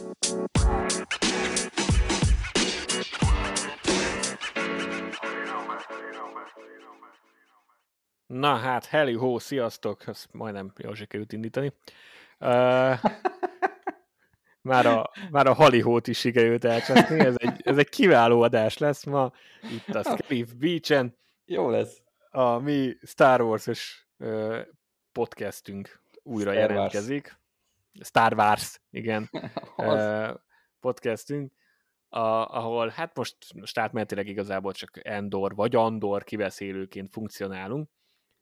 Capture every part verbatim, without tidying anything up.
Na hát, hello, ho, sziasztok! Ezt majdnem jól sikerült indítani. Uh, már, a, már a halihót is sikerült elcseszni, ez egy, ez egy kiváló adás lesz ma, itt a Scarif Beach-en. Jó lesz. A mi Star Wars-os uh, podcastünk újra Star jelentkezik. Wars. Star Wars, igen. uh, podcastünk, a, ahol hát most, most átmenetileg igazából csak Endor vagy Andor kibeszélőként funkcionálunk.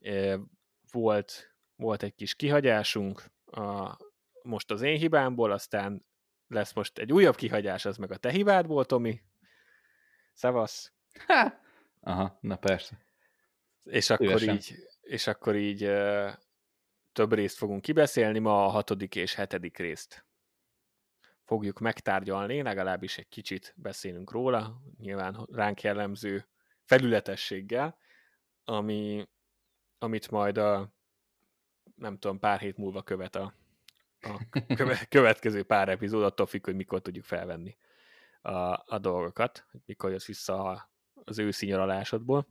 Volt, volt egy kis kihagyásunk a, most az én hibámból, aztán lesz most egy újabb kihagyás, az meg a te hibádból, Tomi. Szevasz. Ha. Aha, na persze. És akkor így, és akkor így uh, több részt fogunk kibeszélni, ma a hatodik és hetedik részt fogjuk megtárgyalni, legalábbis egy kicsit beszélünk róla, nyilván ránk jellemző felületességgel, ami, amit majd a nem tudom, pár hét múlva követ a, a következő pár epizód, attól függ, hogy mikor tudjuk felvenni a, a dolgokat, hogy mikor jössz vissza az őszi nyaralásodból.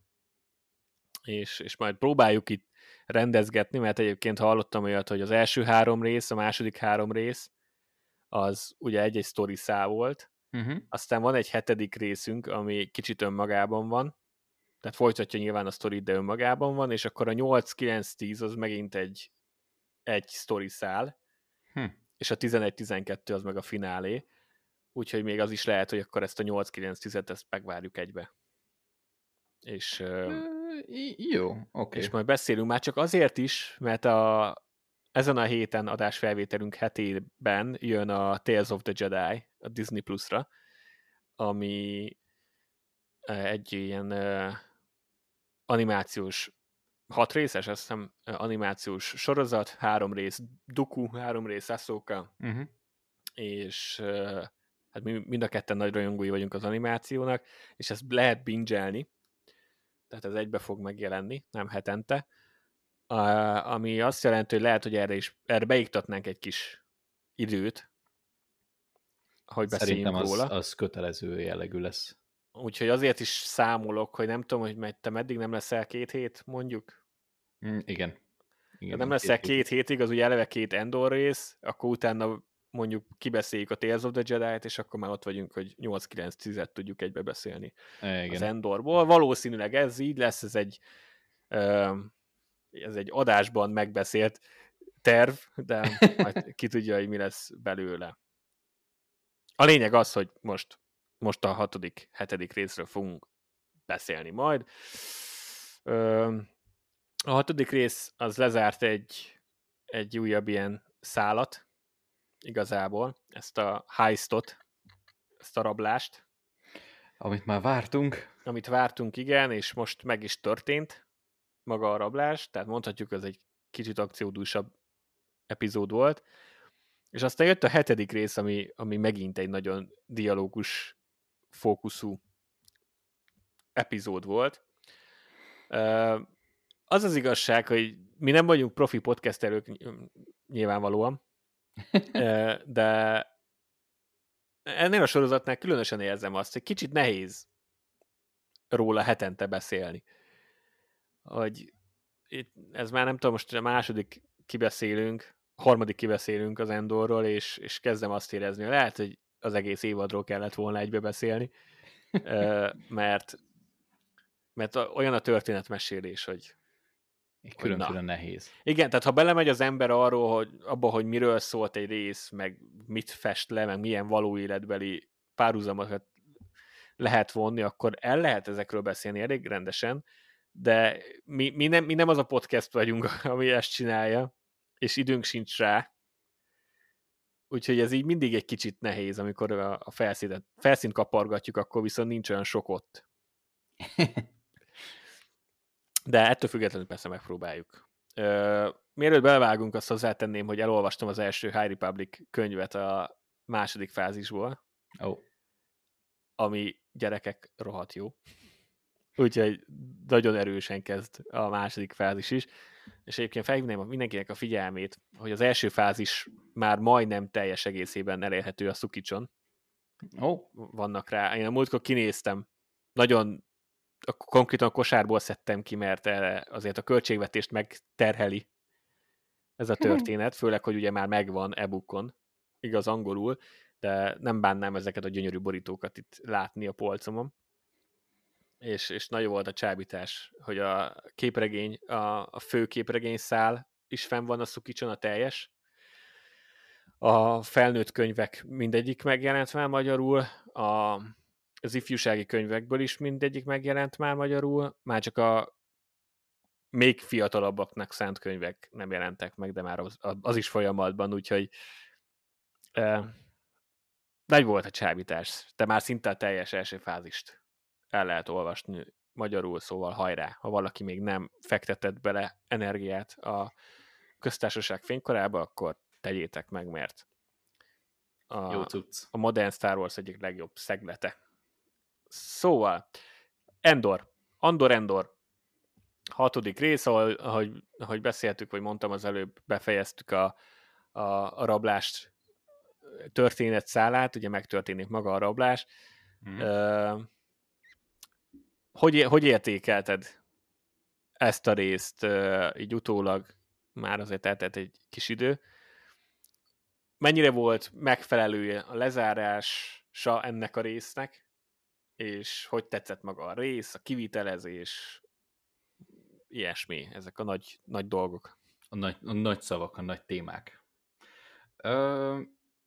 És, és majd próbáljuk itt rendezgetni, mert egyébként hallottam olyat, hogy az első három rész, a második három rész, az ugye egy-egy sztori szál volt, uh-huh. Aztán van egy hetedik részünk, ami kicsit önmagában van, tehát folytatja nyilván a sztorit, de önmagában van, és akkor a nyolc kilenc tíz az megint egy egy sztori szál, hm. és a tizenegy tizenkettő az meg a finálé, úgyhogy még az is lehet, hogy akkor ezt a nyolc kilenc tízet ezt megvárjuk egybe. És, jó, oké. Okay. És majd beszélünk már csak azért is, mert a, ezen a héten adásfelvételünk hetében jön a Tales of the Jedi a Disney Plus-ra, ami egy ilyen uh, animációs hat részes, azt hiszem, animációs sorozat, három rész Dooku, három rész Ahsoka, uh-huh. és uh, hát mi mind a ketten nagy rajongói vagyunk az animációnak, és ezt lehet bingelni, tehát ez egybe fog megjelenni, nem hetente, uh, ami azt jelenti, hogy lehet, hogy erre is erre beiktatnánk egy kis időt, hogy beszéljünk Szerintem róla. Az, az kötelező jellegű lesz. Úgyhogy azért is számolok, hogy nem tudom, hogy te meddig nem leszel két hét, mondjuk? Mm, igen. igen. Nem leszel két, két hétig, az ugye eleve két Endor rész, akkor utána mondjuk kibeszéljük a Tales of the Jedi-t, és akkor már ott vagyunk, hogy nyolc kilenc tízet tudjuk egybe beszélni igen. az Endorból. Valószínűleg ez így lesz, ez egy, ez egy adásban megbeszélt terv, de majd ki tudja, hogy mi lesz belőle. A lényeg az, hogy most Most a hatodik, hetedik részről fogunk beszélni majd. A hatodik rész az lezárt egy, egy újabb ilyen szálat, igazából, ezt a heistot, ezt a rablást. Amit már vártunk. Amit vártunk, igen, és most meg is történt maga a rablás, tehát mondhatjuk, ez egy kicsit akciódúsabb epizód volt. És aztán jött a hetedik rész, ami, ami megint egy nagyon dialógus fókuszú epizód volt. Az az igazság, hogy mi nem vagyunk profi podcasterők nyilvánvalóan, de ennél a sorozatnál különösen érzem azt, hogy kicsit nehéz róla hetente beszélni. Hogy itt, ez már nem tudom, most a második kibeszélünk, a harmadik kibeszélünk az Endorról, és, és kezdem azt érezni, hogy lehet, hogy az egész évadról kellett volna egybe beszélni, mert, mert olyan a történetmesélés, hogy különféle nehéz. Igen, tehát ha belemegy az ember arról, hogy abba, hogy miről szólt egy rész, meg mit fest le, meg milyen való életbeli párhuzamokat lehet vonni, akkor el lehet ezekről beszélni elég rendesen, de mi, mi, nem, mi nem az a podcast vagyunk, ami ezt csinálja, és időnk sincs rá. Úgyhogy ez így mindig egy kicsit nehéz, amikor a felszínt, felszínt kapargatjuk, akkor viszont nincs olyan sok ott. De ettől függetlenül persze megpróbáljuk. Uh, mielőtt belevágunk, azt hozzátenném, hogy elolvastam az első High Republic könyvet a második fázisból, oh. ami gyerekek rohadt jó. Úgyhogy nagyon erősen kezd a második fázis is. És egyébként felhívnám mindenkinek a figyelmét, hogy az első fázis már majdnem teljes egészében elérhető a Szukicson. Oh. Vannak rá. Én a múltkor kinéztem. Nagyon konkrétan a kosárból szedtem ki, mert azért a költségvetést megterheli ez a történet, főleg, hogy ugye már megvan e-bookon, igaz angolul, de nem bánnám ezeket a gyönyörű borítókat itt látni a polcomon. És, és nagyon volt a csábítás, hogy a képregény, a, a fő képregény szál is fenn van a Szukicson, a teljes. A felnőtt könyvek mindegyik megjelent már magyarul, a, az ifjúsági könyvekből is mindegyik megjelent már magyarul, már csak a még fiatalabbaknak szánt könyvek nem jelentek meg, de már az, az is folyamatban, úgyhogy e, nagy volt a csábítás, de már szinte a teljes első fázist el lehet olvasni magyarul, szóval hajrá, ha valaki még nem fektetett bele energiát a köztársaság fénykorába, akkor tegyétek meg, mert a, Jó cucc. a modern Star Wars egyik legjobb szeglete. Szóval, Endor, Andor Endor, hatodik rész, ahol, ahogy, ahogy beszéltük, vagy mondtam az előbb, befejeztük a, a, a rablást történetszálát, ugye megtörténik maga a rablás. Mm. Uh, hogy, hogy értékelted ezt a részt uh, így utólag? Már azért eltelt egy kis idő. Mennyire volt megfelelő a lezárása ennek a résznek, és hogy tetszett maga a rész, a kivitelezés, ilyesmi, ezek a nagy, nagy dolgok. A nagy, a nagy szavak, a nagy témák. Ö,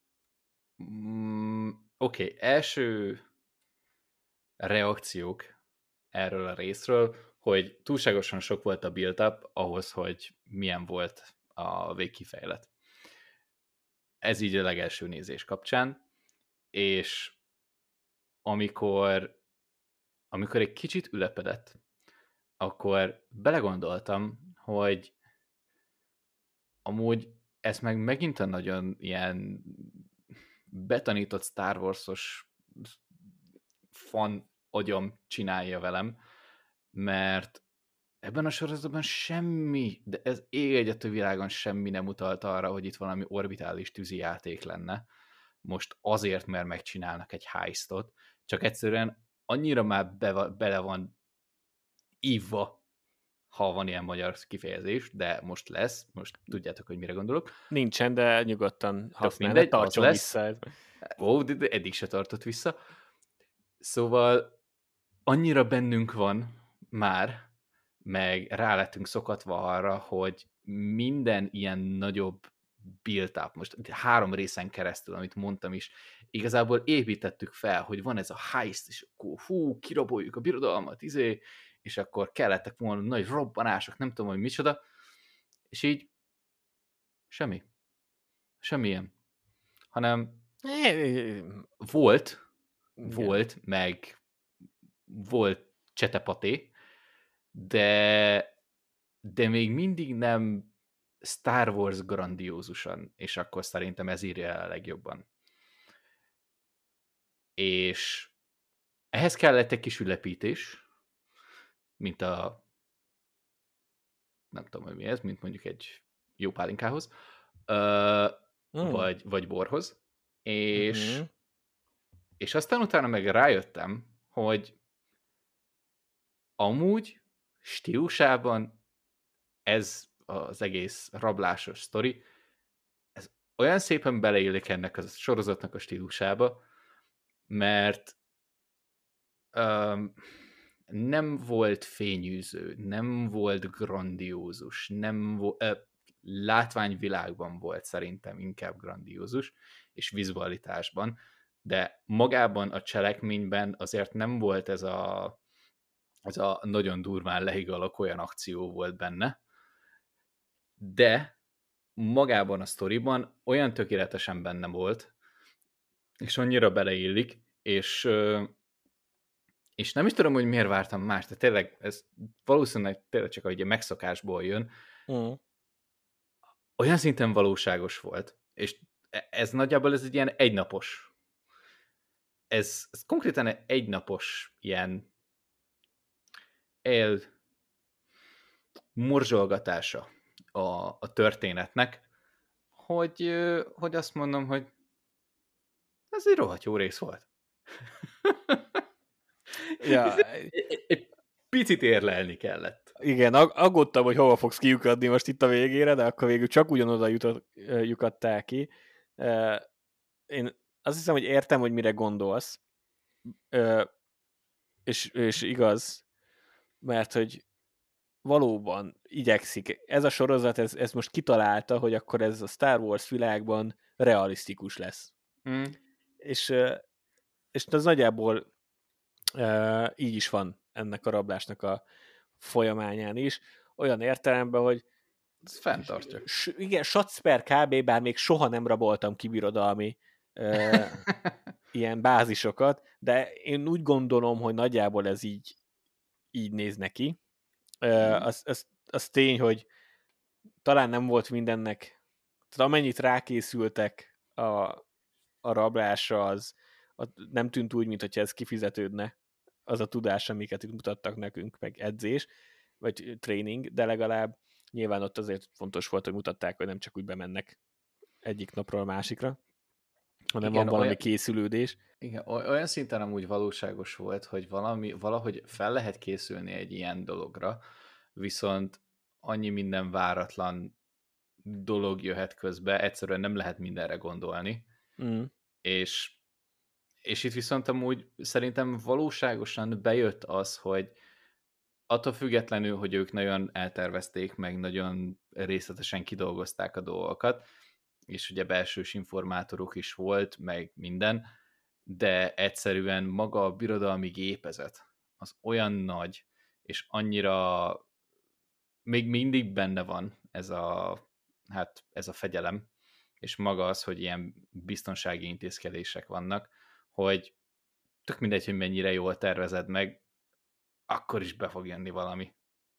mm, Oké, okay. Első reakciók erről a részről, hogy túlságosan sok volt a build-up ahhoz, hogy milyen volt a végkifejlet. Ez így a legelső nézés kapcsán, és amikor, amikor egy kicsit ülepedett, akkor belegondoltam, hogy amúgy ez meg megint a nagyon ilyen betanított Star Wars-os fan agyam csinálja velem, mert ebben a sorozatban semmi, de ez ég egyet a világon semmi nem utalt arra, hogy itt valami orbitális tűzijáték lenne. Most azért, mert megcsinálnak egy heistot, csak egyszerűen annyira már be, bele van ívva, ha van ilyen magyar kifejezés, de most lesz, most tudjátok, hogy mire gondolok. Nincsen, de nyugodtan használni, tartson vissza. Ó, de, de eddig se tartott vissza. Szóval annyira bennünk van már, meg rá lettünk szokatva arra, hogy minden ilyen nagyobb build-up, most három részen keresztül, amit mondtam is, igazából építettük fel, hogy van ez a heist, és akkor hú, kiraboljuk a birodalmat, izé, és akkor kellettek volna nagy robbanások, nem tudom, hogy micsoda, és így semmi. Semmilyen. Hanem volt, volt, meg volt csetepaté, de, de még mindig nem Star Wars grandiózusan, és akkor szerintem ez írja el a legjobban. És ehhez kellett egy kis ülepítés, mint a nem tudom, hogy mi ez, mint mondjuk egy jó pálinkához, uh, mm. vagy, vagy borhoz, és, mm-hmm. és aztán utána meg rájöttem, hogy amúgy stílusában ez az egész rablásos sztori, ez olyan szépen beleillik ennek a sorozatnak a stílusába, mert um, nem volt fényűző, nem volt grandiózus, nem vo- uh, látványvilágban volt szerintem inkább grandiózus, és vizualitásban, de magában a cselekményben azért nem volt ez a ez a nagyon durván lehigalak olyan akció volt benne, de magában a sztoriban olyan tökéletesen benne volt, és annyira beleillik, és, és nem is tudom, hogy miért vártam más, de tényleg ez valószínűleg tényleg csak egy megszokásból jön, mm. olyan szinten valóságos volt, és ez nagyjából ez egy ilyen egynapos, ez, ez konkrétan egynapos ilyen el morzsolgatása a, a történetnek, hogy, hogy azt mondom, hogy ez egy rohadt jó rész volt. Ja, egy, egy picit érlelni kellett. Igen, ag- aggódtam, hogy hova fogsz kiukadni most itt a végére, de akkor végül csak ugyanoda jutott, lyukadtál ki. Én azt hiszem, hogy értem, hogy mire gondolsz, és, és igaz, mert hogy valóban igyekszik. Ez a sorozat, ez, ez most kitalálta, hogy akkor ez a Star Wars világban realisztikus lesz. Mm. És, és az nagyjából így is van ennek a rablásnak a folyamányán is. Olyan értelemben, hogy ez fenntartja. Igen, shots per kb, bár még soha nem raboltam ki birodalmi uh, ilyen bázisokat, de én úgy gondolom, hogy nagyjából ez így, így néz neki. Uh, az, az, az tény, hogy talán nem volt mindennek, tehát amennyit rákészültek a, a rablásra, az, az nem tűnt úgy, mintha ez kifizetődne, az a tudás, amiket itt mutattak nekünk, meg edzés, vagy tréning, de legalább nyilván ott azért fontos volt, hogy mutatták, hogy nem csak úgy bemennek egyik napról a másikra, hanem igen, van valami olyan, készülődés. Igen, olyan szinten amúgy valóságos volt, hogy valami, valahogy fel lehet készülni egy ilyen dologra, viszont annyi minden váratlan dolog jöhet közbe, egyszerűen nem lehet mindenre gondolni, mm. és, és itt viszont amúgy szerintem valóságosan bejött az, hogy attól függetlenül, hogy ők nagyon eltervezték, meg nagyon részletesen kidolgozták a dolgokat, és ugye belsős informátoruk is volt, meg minden, de egyszerűen maga a birodalmi gépezet az olyan nagy, és annyira még mindig benne van ez a, hát ez a fegyelem, és maga az, hogy ilyen biztonsági intézkedések vannak, hogy tök mindegy, hogy mennyire jól tervezed meg, akkor is be fog jönni valami.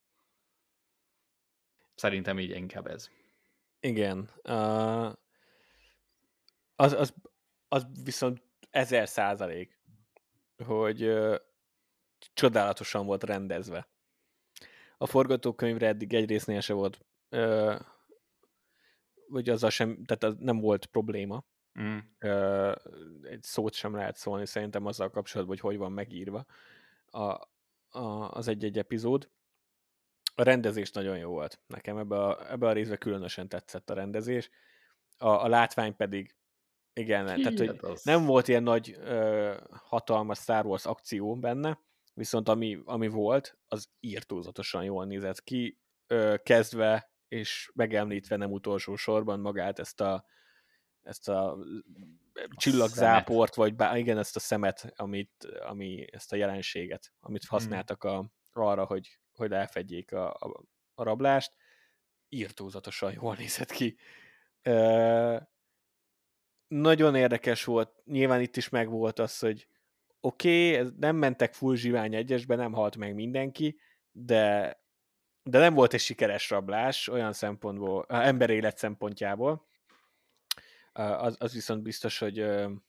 Szerintem így inkább ez. Igen. Uh, az, az, az viszont ezer százalék, hogy uh, csodálatosan volt rendezve. A forgatókönyvre eddig egy résznél se volt, uh, vagy azzal sem, tehát az nem volt probléma. Mm. Uh, egy szót sem lehet szólni szerintem azzal kapcsolatban, hogy hogy van megírva a, a, az egy-egy epizód. A rendezés nagyon jó volt. Nekem ebbe a, ebbe a részbe különösen tetszett a rendezés. A, a látvány pedig igen, Ki tehát hogy az? Nem volt ilyen nagy ö, hatalmas Star Wars akció benne, viszont ami, ami volt, az írtózatosan jól nézett ki, ö, kezdve és megemlítve nem utolsó sorban magát ezt a ezt a, a csillagzáport, vagy bá, igen, ezt a szemet, amit, ami, ezt a jelenséget, amit használtak a, arra, hogy, hogy elfedjék a, a, a rablást. Írtózatosan jól nézett ki. Ö, nagyon érdekes volt, nyilván itt is megvolt az, hogy oké, okay, nem mentek full zsivány egyesbe, nem halt meg mindenki, de, de nem volt egy sikeres rablás olyan szempontból, emberélet szempontjából. Az, az viszont biztos, hogy,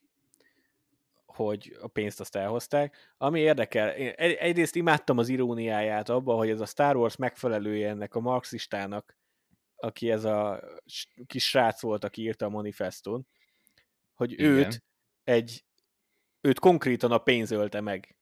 hogy a pénzt azt elhozták. Ami érdekel, én egyrészt imádtam az iróniáját abban, hogy ez a Star Wars megfelelője ennek a marxistának, aki ez a kis srác volt, aki írta a manifestón, hogy igen. őt egy őt konkrétan a pénz ölte meg.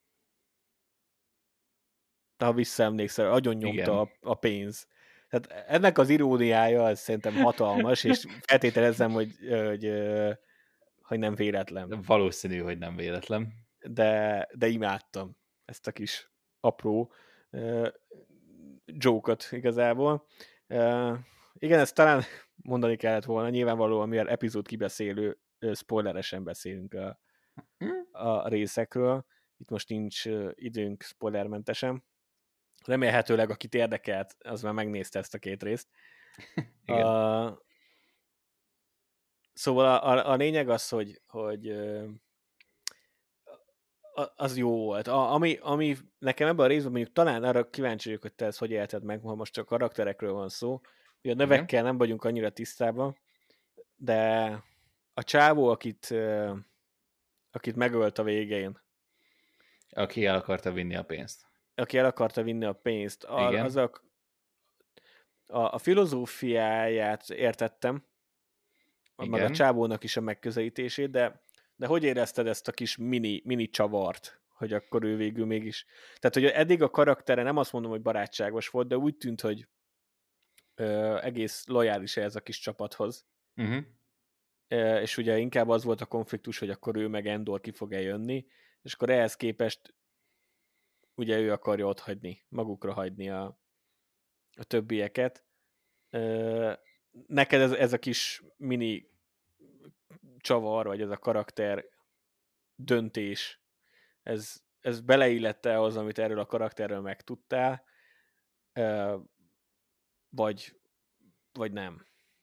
Ha visszaemlékszel, agyon nyomta a, a pénz. Tehát ennek az iróniája az szerintem hatalmas, és feltételezem, hogy, hogy, hogy nem véletlen. Valószínű, hogy nem véletlen. De, de imádtam ezt a kis apró uh, joke-ot igazából. Uh, igen, ezt talán mondani kellett volna, nyilvánvalóan, mivel epizód kibeszélő, spoileresen beszélünk a, a részekről. Itt most nincs időnk spoilermentesen. Remélhetőleg, akit érdekelt, az már megnézte ezt a két részt. Igen. Uh, szóval a, a, a lényeg az, hogy, hogy uh, az jó volt. A, ami, ami nekem ebben a részben mondjuk talán arra kíváncsi vagyok, hogy te ezt hogy élted meg, ha most csak karakterekről van szó. Ugye a nevekkel igen. nem vagyunk annyira tisztában, de a csávó, akit, uh, akit megölt a végén. Aki el akarta vinni a pénzt. Aki el akarta vinni a pénzt. A, az a, a, a filozófiáját értettem, igen. Meg a csávónak is a megközelítését, de, de hogy érezted ezt a kis mini, mini csavart, hogy akkor ő végül mégis... Tehát, hogy eddig a karaktere, nem azt mondom, hogy barátságos volt, de úgy tűnt, hogy ö, egész lojális ez a kis csapathoz. Uh-huh. E, és ugye inkább az volt a konfliktus, hogy akkor ő meg Endor ki fog eljönni, és akkor ehhez képest ugye ő akarja ott hagyni, magukra hagyni a, a többieket. E, neked ez, ez a kis mini csavar, vagy ez a karakter döntés, ez, ez beleillette az, amit erről a karakterről megtudtál, e, vagy, vagy nem?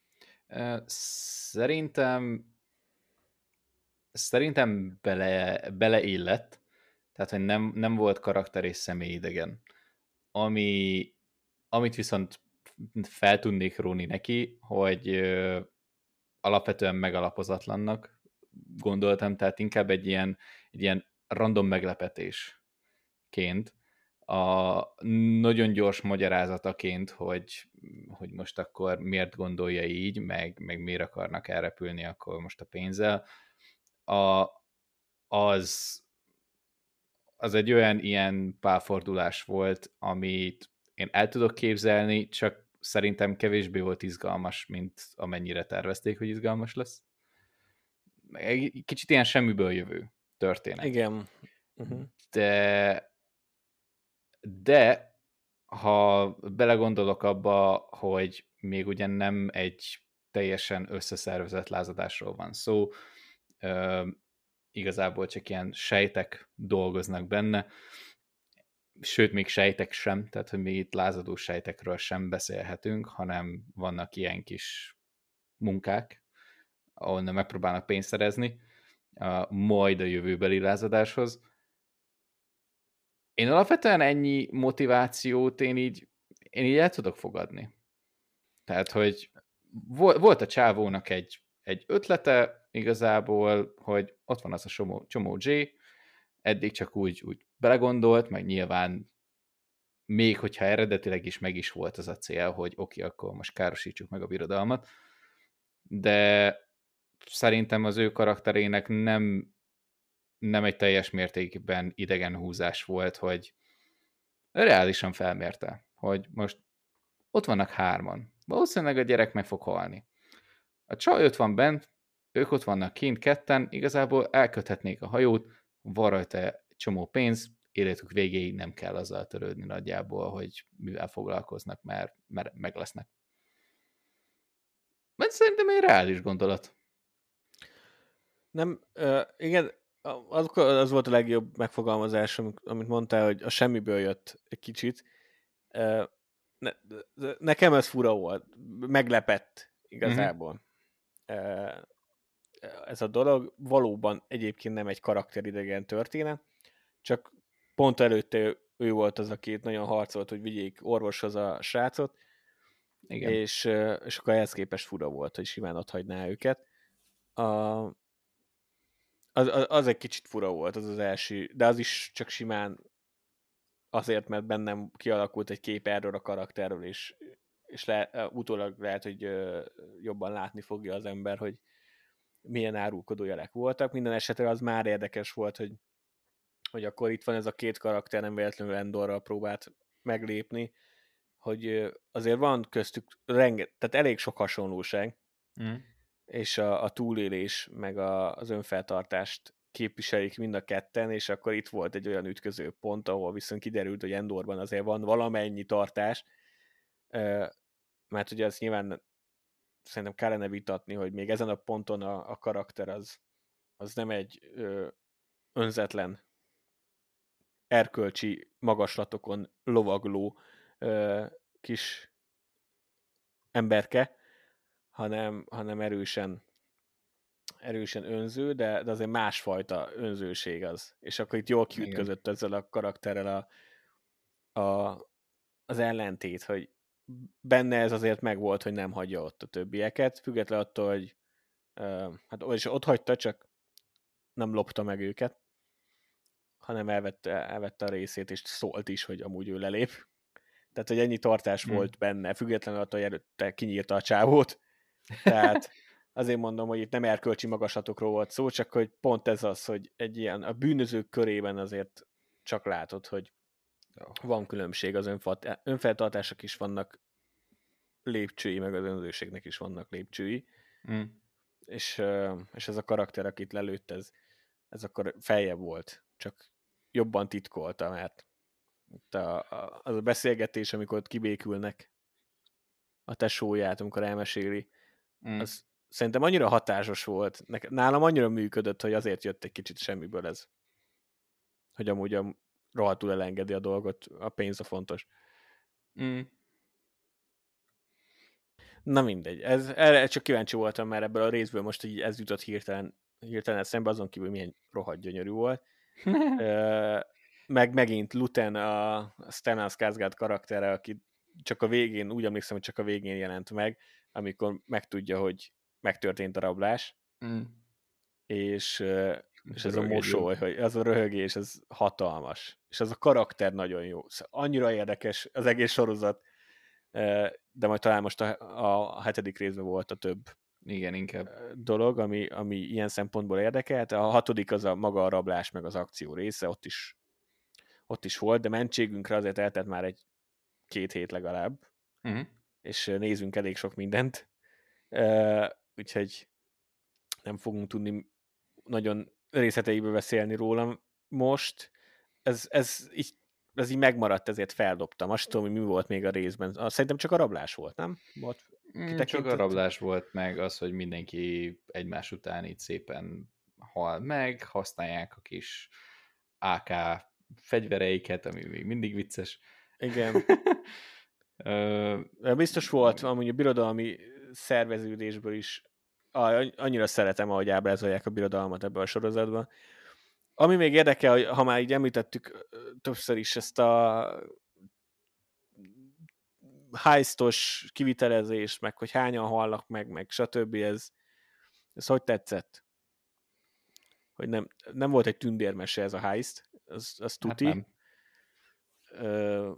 Szerintem szerintem bele, beleillett, tehát, hogy nem, nem volt karakter és személyidegen. Ami, amit viszont fel tudnék róni neki, hogy ö, alapvetően megalapozatlannak gondoltam, tehát inkább egy ilyen, egy ilyen random meglepetésként, a nagyon gyors magyarázataként, hogy, hogy most akkor miért gondolja így, meg, meg miért akarnak elrepülni akkor most a pénzzel, a, az, az egy olyan ilyen pálfordulás volt, amit én el tudok képzelni, csak szerintem kevésbé volt izgalmas, mint amennyire tervezték, hogy izgalmas lesz. Egy kicsit ilyen semmiből jövő történet. Igen. Uh-huh. De de ha belegondolok abba, hogy még ugye nem egy teljesen összeszervezett lázadásról van szó, ö, igazából csak ilyen sejtek dolgoznak benne, sőt, még sejtek sem, tehát hogy még itt lázadó sejtekről sem beszélhetünk, hanem vannak ilyen kis munkák, ahol megpróbálnak pénzt szerezni, majd a jövőbeli lázadáshoz. Én alapvetően ennyi motivációt én így, én így el tudok fogadni. Tehát, hogy volt a csávónak egy, egy ötlete igazából, hogy ott van az a csomó, csomó J, eddig csak úgy, úgy belegondolt, meg nyilván még hogyha eredetileg is meg is volt az a cél, hogy oké, okay, akkor most károsítsuk meg a birodalmat, de szerintem az ő karakterének nem nem egy teljes mértékben idegen húzás volt, hogy reálisan felmérte, hogy most ott vannak hárman. Valószínűleg a gyerek meg fog halni. A csaj ott van bent, ők ott vannak kint ketten, igazából elköthetnék a hajót, van rajta csomó pénz, életük végéig nem kell azzal törődni nagyjából, hogy mivel foglalkoznak, mert, mert meg lesznek. Mert szerintem egy reális gondolat. Nem, uh, igen, az, az volt a legjobb megfogalmazás, amit mondtál, hogy a semmiből jött egy kicsit. Uh, ne, nekem ez fura volt, meglepett igazából. Uh-huh. Uh, ez a dolog valóban egyébként nem egy karakteridegen történet, csak pont előtte ő, ő volt az, aki nagyon harcolt, hogy vigyék orvoshoz a srácot, igen. És, és akkor ehhez képest fura volt, hogy simán ott hagyná őket. A, az, az, az egy kicsit fura volt, az az első, de az is csak simán azért, mert bennem kialakult egy kép erről a karakterről, és, és le, utólag lehet, hogy jobban látni fogja az ember, hogy milyen árulkodó jelek voltak. Minden esetre az már érdekes volt, hogy, hogy akkor itt van ez a két karakter, nem véletlenül Endorral próbált meglépni, hogy azért van köztük renget, tehát elég sok hasonlóság, mm. és a, a túlélés, meg a, az önfeltartást képviselik mind a ketten, és akkor itt volt egy olyan ütköző pont, ahol viszont kiderült, hogy Endorban azért van valamennyi tartás, mert ugye azt nyilván szerintem kellene vitatni, hogy még ezen a ponton a, a karakter az, az nem egy ö, önzetlen erkölcsi magaslatokon lovagló ö, kis emberke, hanem, hanem erősen erősen önző, de, de azért másfajta önzőség az. És akkor itt jól kiütközött ezzel a karakterrel a, a, az ellentét, hogy benne ez azért megvolt, hogy nem hagyja ott a többieket, függetlenül attól, hogy uh, hát és ott hagyta, csak nem lopta meg őket, hanem elvette, elvette a részét, és szólt is, hogy amúgy ő lelép. Tehát, hogy ennyi tartás hmm. volt benne, függetlenül attól, hogy előtte kinyírta a csávót. Tehát azért mondom, hogy itt nem erkölcsi magaslatokról volt szó, csak hogy pont ez az, hogy egy ilyen, a bűnözők körében azért csak látod, hogy van különbség, az önfat, önfeltartások is vannak lépcsői, meg az önzőségnek is vannak lépcsői. Mm. És, és ez a karakter, akit lelőtt, ez, ez akkor feljebb volt, csak jobban titkolta, mert a, a, az a beszélgetés, amikor ott kibékülnek a tesóját, amikor elmeséli, mm. az szerintem annyira hatásos volt, nálam annyira működött, hogy azért jött egy kicsit semmiből ez. Hogy amúgy a rohadtul elengedi a dolgot, a pénz a fontos. Mm. Na mindegy, ez, erre csak kíváncsi voltam, mert ebből a részből most így ez jutott hirtelen, hirtelen szembe, azon kívül milyen rohadt gyönyörű volt. Ö, meg megint Luten, a Stellan Skarsgård karaktere, aki csak a végén, úgy emlékszem, hogy csak a végén jelent meg, amikor megtudja, hogy megtörtént a rablás, mm. és, és ez a mosoly, hogy az a röhögés, ez hatalmas. És az a karakter nagyon jó. Szóval annyira érdekes az egész sorozat, de majd talán most a, a hetedik részben volt a több igen, inkább dolog, ami, ami ilyen szempontból érdekelt. A hatodik az a maga a rablás, meg az akció része, ott is, ott is volt, de mentségünkre azért eltett már egy két hét legalább, uh-huh. és nézünk elég sok mindent, uh, úgyhogy nem fogunk tudni nagyon részleteibe beszélni róla most. Ez, ez így ez így megmaradt, ezért feldobtam. Azt tudom, hogy mi volt még a részben. Szerintem csak a rablás volt, nem? Volt csak a rablás volt, meg az, hogy mindenki egymás után így szépen hal meg, használják a kis á ká fegyvereiket, ami még mindig vicces. Igen. Biztos volt, amúgy a birodalmi szerveződésből is annyira szeretem, ahogy ábrázolják a birodalmat ebben a sorozatban. Ami még érdekel, ha már így említettük többször is ezt a heistos kivitelezést, meg hogy hányan halnak meg, meg stb. Ez, ez hogy tetszett? Hogy nem, nem volt egy tündérmese ez a heist, az, az tuti. Hát Ö,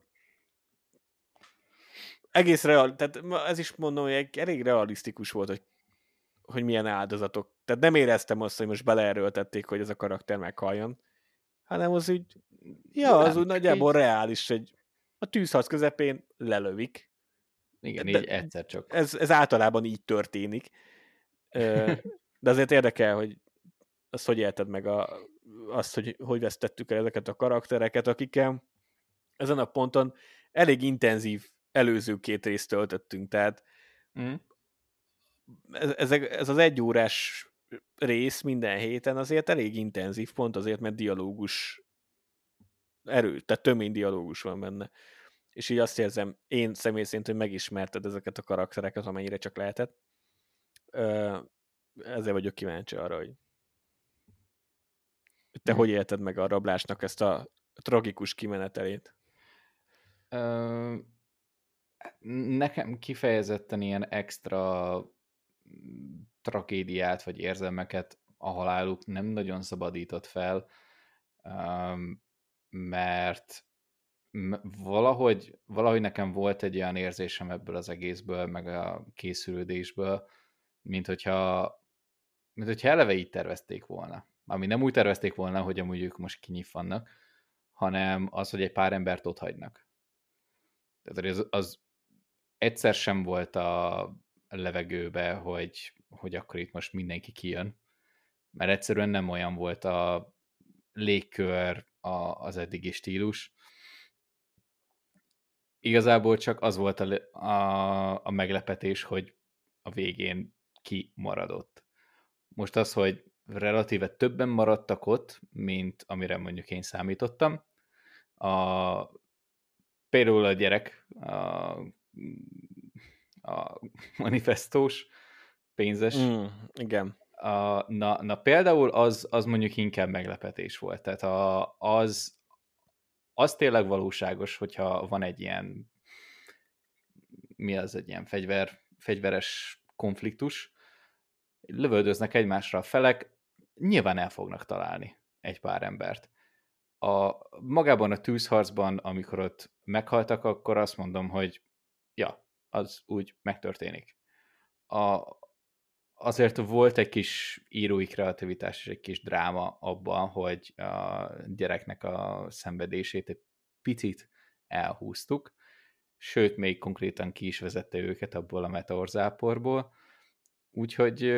egész real, tehát ez is mondom, hogy elég realisztikus volt, hogy, hogy milyen áldozatok. Tehát nem éreztem azt, hogy most beleerőltették, hogy ez a karakter meghaljon, hanem az úgy, ja, az úgy nagyjából így reális, hogy a tűzharc közepén lelövik. Igen, de így egyszer csak. Ez, ez általában így történik. De azért érdekel, hogy azt hogy élted meg a, azt, hogy hogy vesztettük el ezeket a karaktereket, akikkel ezen a ponton elég intenzív előző két részt töltöttünk, tehát mm. ez, ez az egy órás rész minden héten azért elég intenzív, pont azért, mert dialógus erő, tehát tömény dialógus van benne. És így azt érzem, én személy szerint, hogy megismerted ezeket a karaktereket, amennyire csak lehetett. Ezzel vagyok kíváncsi arra, hogy te hmm. hogy élted meg a rablásnak ezt a tragikus kimenetelét? Ö, nekem kifejezetten ilyen extra tragédiát vagy érzelmeket a haláluk nem nagyon szabadított fel, mert valahogy, valahogy nekem volt egy olyan érzésem ebből az egészből, meg a készülődésből, mint hogyha, mint hogyha eleve így tervezték volna. Ami nem úgy tervezték volna, hogy amúgy ők most kinyiffannak, hanem az, hogy egy pár embert ott hagynak. Tehát az, az egyszer sem volt a levegőbe, hogy, hogy akkor itt most mindenki kijön, mert egyszerűen nem olyan volt a légkör, a, az eddigi stílus. Igazából csak az volt a, a, a meglepetés, hogy a végén ki maradott. Most az, hogy relatíve többen maradtak ott, mint amire mondjuk én számítottam. A, például a gyerek, a, a manifestós, pénzes. Mm, igen. A, na, na például az, az mondjuk inkább meglepetés volt. Tehát a, az, az tényleg valóságos, hogyha van egy ilyen, mi az egy ilyen fegyver, fegyveres konfliktus, lövöldöznek egymásra a felek, nyilván el fognak találni egy pár embert. a, magában a tűzharcban, amikor ott meghaltak, akkor azt mondom, hogy ja, az úgy megtörténik. A, azért volt egy kis írói kreativitás és egy kis dráma abban, hogy a gyereknek a szenvedését egy picit elhúztuk, sőt, még konkrétan ki is vezette őket abból a meteorzáporból. Úgyhogy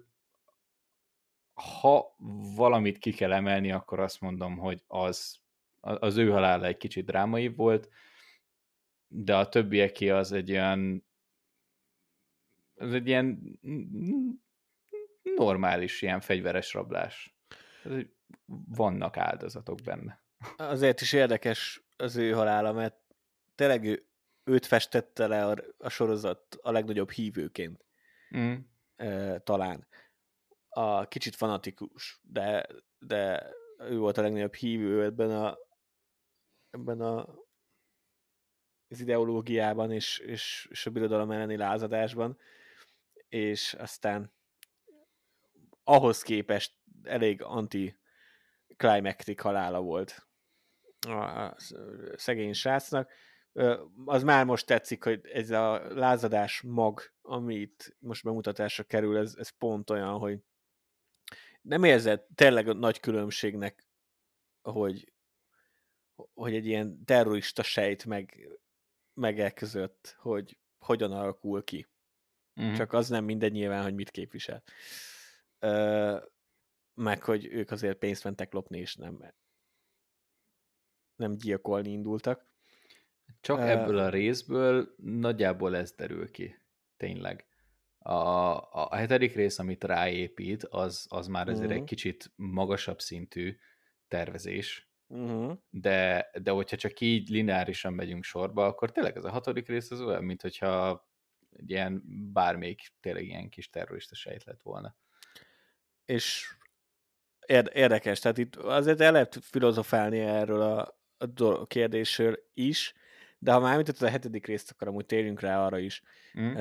ha valamit ki kell emelni, akkor azt mondom, hogy az, az ő halála egy kicsit drámai volt, de a többieké az egy olyan az egy ilyen normális, ilyen fegyveres rablás. Vannak áldozatok benne. Azért is érdekes az ő halála, mert tényleg ő, őt festette le a, a sorozat a legnagyobb hívőként. Mm. E, talán. A kicsit fanatikus, de, de ő volt a legnagyobb hívő ebben a ebben a az ideológiában és, és, és a birodalom elleni lázadásban, és aztán ahhoz képest elég anti-climactic halála volt a szegény srácnak. Az már most tetszik, hogy ez a lázadás mag, amit most bemutatásra kerül, ez, ez pont olyan, hogy nem érzed tényleg nagy különbségnek, hogy, hogy egy ilyen terrorista sejt meg, meg elközött, hogy hogyan alakul ki. Uh-huh. Csak az nem mindegy nyilván, hogy mit képvisel. Ö, meg, hogy ők azért pénzt mentek lopni, és nem, nem gyilkolni indultak. Csak uh, ebből a részből nagyjából ez derül ki. Tényleg. A, a hetedik rész, amit ráépít, az, az már azért uh-huh. egy kicsit magasabb szintű tervezés. Uh-huh. De, de hogyha csak így lineárisan megyünk sorba, akkor tényleg ez a hatodik rész az olyan, mint hogyha egy ilyen bármelyik tényleg ilyen kis terrorista sejt lett volna. És érdekes, tehát itt azért el lehet filozofálni erről a, a kérdésről is, de ha már említetted a hetedik részt, akkor amúgy térjünk rá arra is. Mm.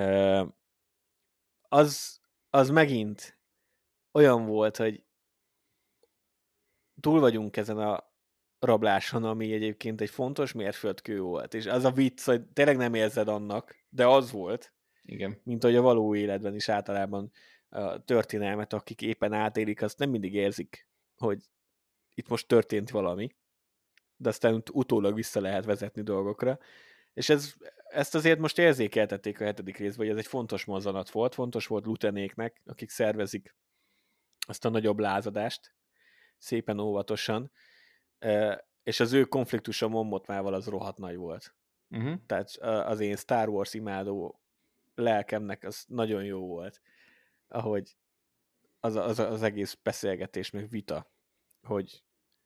Az, az megint olyan volt, hogy túl vagyunk ezen a rabláson, ami egyébként egy fontos mérföldkő volt, és az a vicc, hogy tényleg nem érzed annak, de az volt. Igen. Mint hogy a való életben is általában a történelmet, akik éppen átélik, azt nem mindig érzik, hogy itt most történt valami, de aztán utólag vissza lehet vezetni dolgokra. És ez, ezt azért most érzékeltették a hetedik részben, hogy ez egy fontos mozzanat volt, fontos volt Lutenéknek, akik szervezik azt a nagyobb lázadást, szépen óvatosan, és az ő konfliktusa Mon Mothmával az rohadt nagy volt. Uh-huh. Tehát az én Star Wars imádó lelkemnek az nagyon jó volt, ahogy az, az, az egész beszélgetés, meg vita, hogy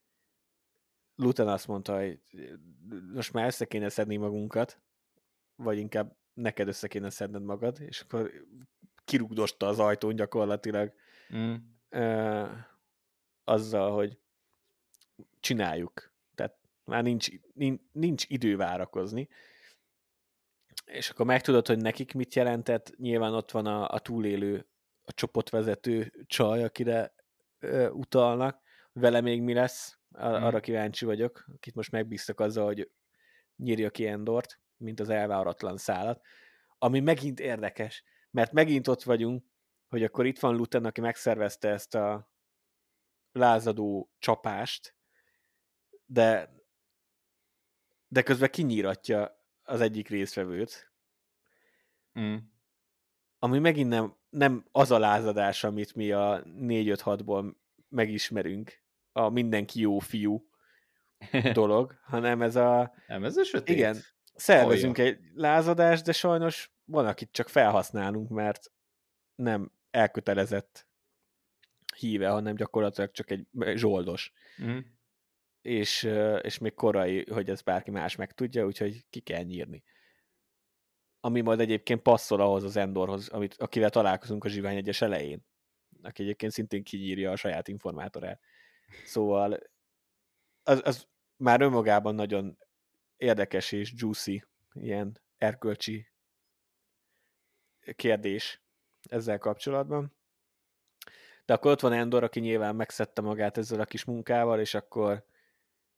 Luthen azt mondta, hogy most már össze kéne szedni magunkat, vagy inkább neked össze kéne szedned magad, és akkor kirugdosta az ajtón gyakorlatilag mm. uh, azzal, hogy csináljuk. Tehát már nincs, nincs, nincs idő várakozni. És akkor megtudod, hogy nekik mit jelentett, nyilván ott van a, a túlélő, a csoportvezető csaj, akire ö, utalnak, vele még mi lesz, arra hmm. kíváncsi vagyok, akit most megbíztak azzal, hogy nyírja ki Endort, mint az elváratlan szálat, ami megint érdekes, mert megint ott vagyunk, hogy akkor itt van Luthen, aki megszervezte ezt a lázadó csapást, de, de közben kinyíratja az egyik résztvevőt, mm. ami megint nem, nem az a lázadás, amit mi a négy öt hatból megismerünk, a mindenki jó fiú dolog, hanem ez a... Nem, ez a sötét. Igen, szervezünk Olja. egy lázadást, de sajnos van, akit csak felhasználunk, mert nem elkötelezett híve, hanem gyakorlatilag csak egy zsoldos. Mm. És, és még korai, hogy ez bárki más megtudja, úgyhogy ki kell nyírni. Ami majd egyébként passzol ahhoz az Endorhoz, amit, akivel találkozunk a Zsivány egyes elején, aki egyébként szintén kinyírja a saját informátorát. Szóval az, az már önmagában nagyon érdekes és juicy, ilyen erkölcsi kérdés ezzel kapcsolatban. De akkor ott van Endor, aki nyilván megszedte magát ezzel a kis munkával, és akkor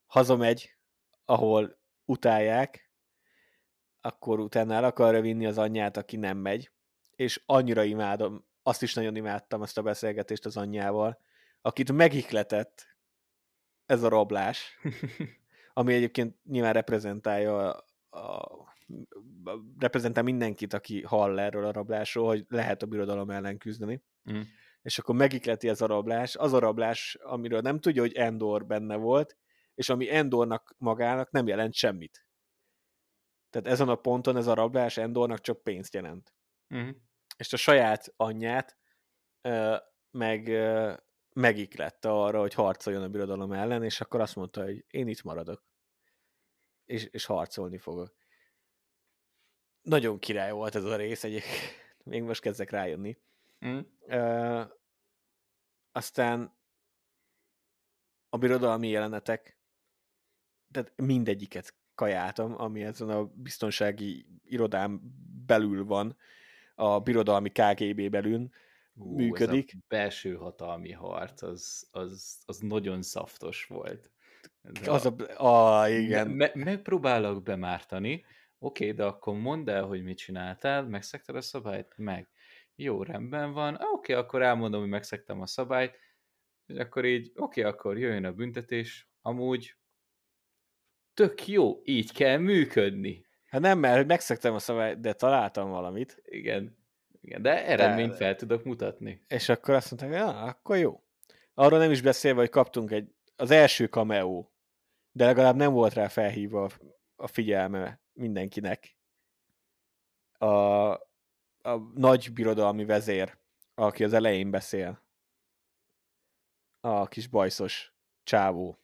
hazamegy, ahol utálják, akkor utána el akarja vinni az anyját, aki nem megy, és annyira imádom, azt is nagyon imádtam, azt a beszélgetést az anyjával, akit megihletett ez a rablás, ami egyébként nyilván reprezentálja a, a, reprezentál mindenkit, aki hall erről a rablásról, hogy lehet a birodalom ellen küzdeni. Mm. És akkor megikleti ez a rablás, az a rablás, amiről nem tudja, hogy Endor benne volt, és ami Endornak magának nem jelent semmit. Tehát ezen a ponton ez a rablás Endornak csak pénzt jelent. Mm. És a saját anyját uh, meg uh, megiklette arra, hogy harcoljon a birodalom ellen, és akkor azt mondta, hogy én itt maradok. És, és harcolni fogok. Nagyon király volt ez a rész, egyébként még most kezdek rájönni. Mm. Uh, aztán a birodalmi jelenetek, tehát mindegyiket kajáltam, ami ezen a biztonsági irodán belül van, a birodalmi ká gé bé belül Hú, működik. Ez a belső hatalmi harc, az, az, az nagyon szaftos volt. Ez az a, a, a igen. Me, megpróbálok bemártani, oké, de akkor mondd el, hogy mit csináltál, megszegted a szabályt? Meg. Jó, rendben van, oké, akkor elmondom, hogy megszegtem a szabályt, és akkor így, oké, akkor jöjjön a büntetés, amúgy tök jó, így kell működni. Hát nem, mert megszegtem a szabályt, de találtam valamit. Igen, igen, de eredményt de, fel tudok mutatni. És akkor azt mondták, hogy ja, akkor jó. Arról nem is beszélve, hogy kaptunk egy, az első cameo, de legalább nem volt rá felhívva a figyelme mindenkinek. A, a nagy birodalmi vezér, aki az elején beszél. A kis bajszos csávó.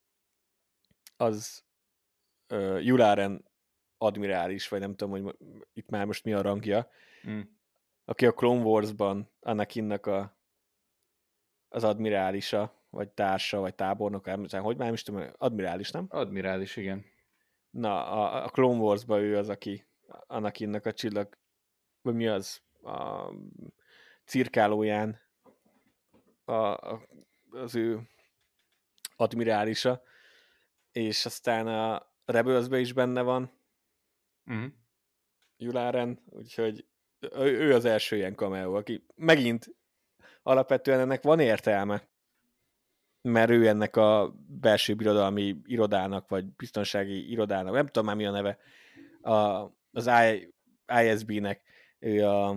Az uh, Yularen admirális, vagy nem tudom, hogy itt már most mi a rangja, mm. aki a Clone Wars-ban Anakinnak a, az admirálisa, vagy társa, vagy tábornok, hogy már nem is tudom, admirális, nem? Admirális, igen. Na, a, a Clone Wars-ban ő az, aki Anakinnak a csillag, vagy mi az, a cirkálóján a, a, az ő admirálisa, és aztán a Rebelsben is benne van uh-huh. Yularen, úgyhogy ő, ő az első ilyen cameo, aki megint alapvetően ennek van értelme, mert ő ennek a belső birodalmi irodának, vagy biztonsági irodának, nem tudom már mi a neve, a, az I, I S B-nek, ő a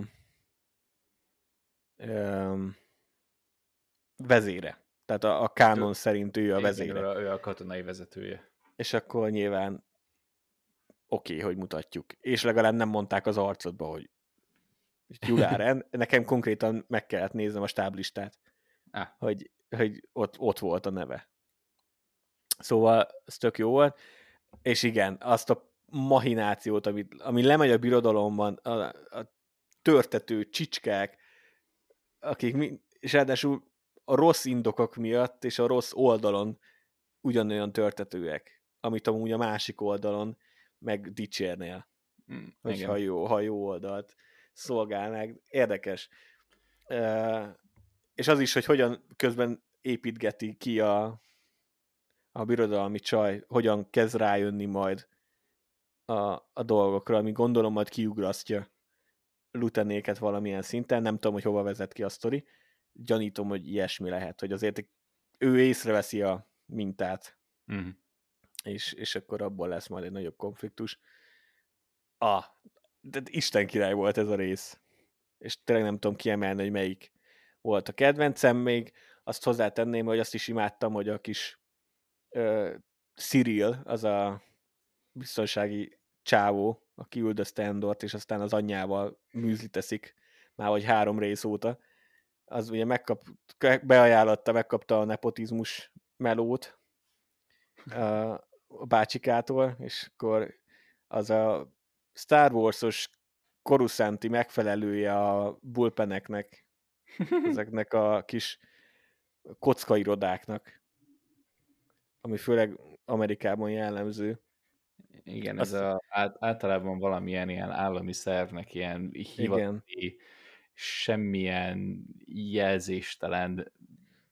um, vezére. Tehát a, a kánon szerint ő a vezére. Ő a, ő a katonai vezetője. És akkor nyilván oké, okay, hogy mutatjuk. És legalább nem mondták az arcodba, hogy Yularen, nekem konkrétan meg kellett néznem a stáblistát, ah. hogy, hogy ott, ott volt a neve. Szóval ez tök jó volt. És igen, azt a mahinációt, amit, ami lemegy a birodalomban, a, a törtető csicskák, akik, és ráadásul a rossz indokok miatt, és a rossz oldalon ugyanolyan törtetőek, amit amúgy a másik oldalon meg dicsérnél. Mm, hogy ha jó, ha jó oldalt szolgálnák. Érdekes. E, és az is, hogy hogyan közben építgeti ki a, a birodalmi csaj, hogyan kezd rájönni majd a, a dolgokra, ami gondolom majd kiugrasztja Lutenéket valamilyen szinten. Nem tudom, hogy hova vezet ki a sztori. Gyanítom, hogy ilyesmi lehet, hogy azért ő észreveszi a mintát, mm. és, és akkor abból lesz majd egy nagyobb konfliktus. Ah, de Isten király volt ez a rész. És tényleg nem tudom kiemelni, hogy melyik volt a kedvencem még. Azt hozzátenném, hogy azt is imádtam, hogy a kis uh, Cyril, az a biztonsági csávó, aki üldözte Endort, és aztán az anyjával műzli teszik, már vagy három rész óta. Az ugye megkap, beajánlotta, megkapta a nepotizmus melót a bácsikától, és akkor az a Star Wars-os Coruscanti megfelelője a bullpeneknek, ezeknek a kis kockairodáknak, ami főleg Amerikában jellemző. Igen, Azt... ez a, általában valamilyen ilyen állami szervnek ilyen hivatali, semmilyen jelzéstelen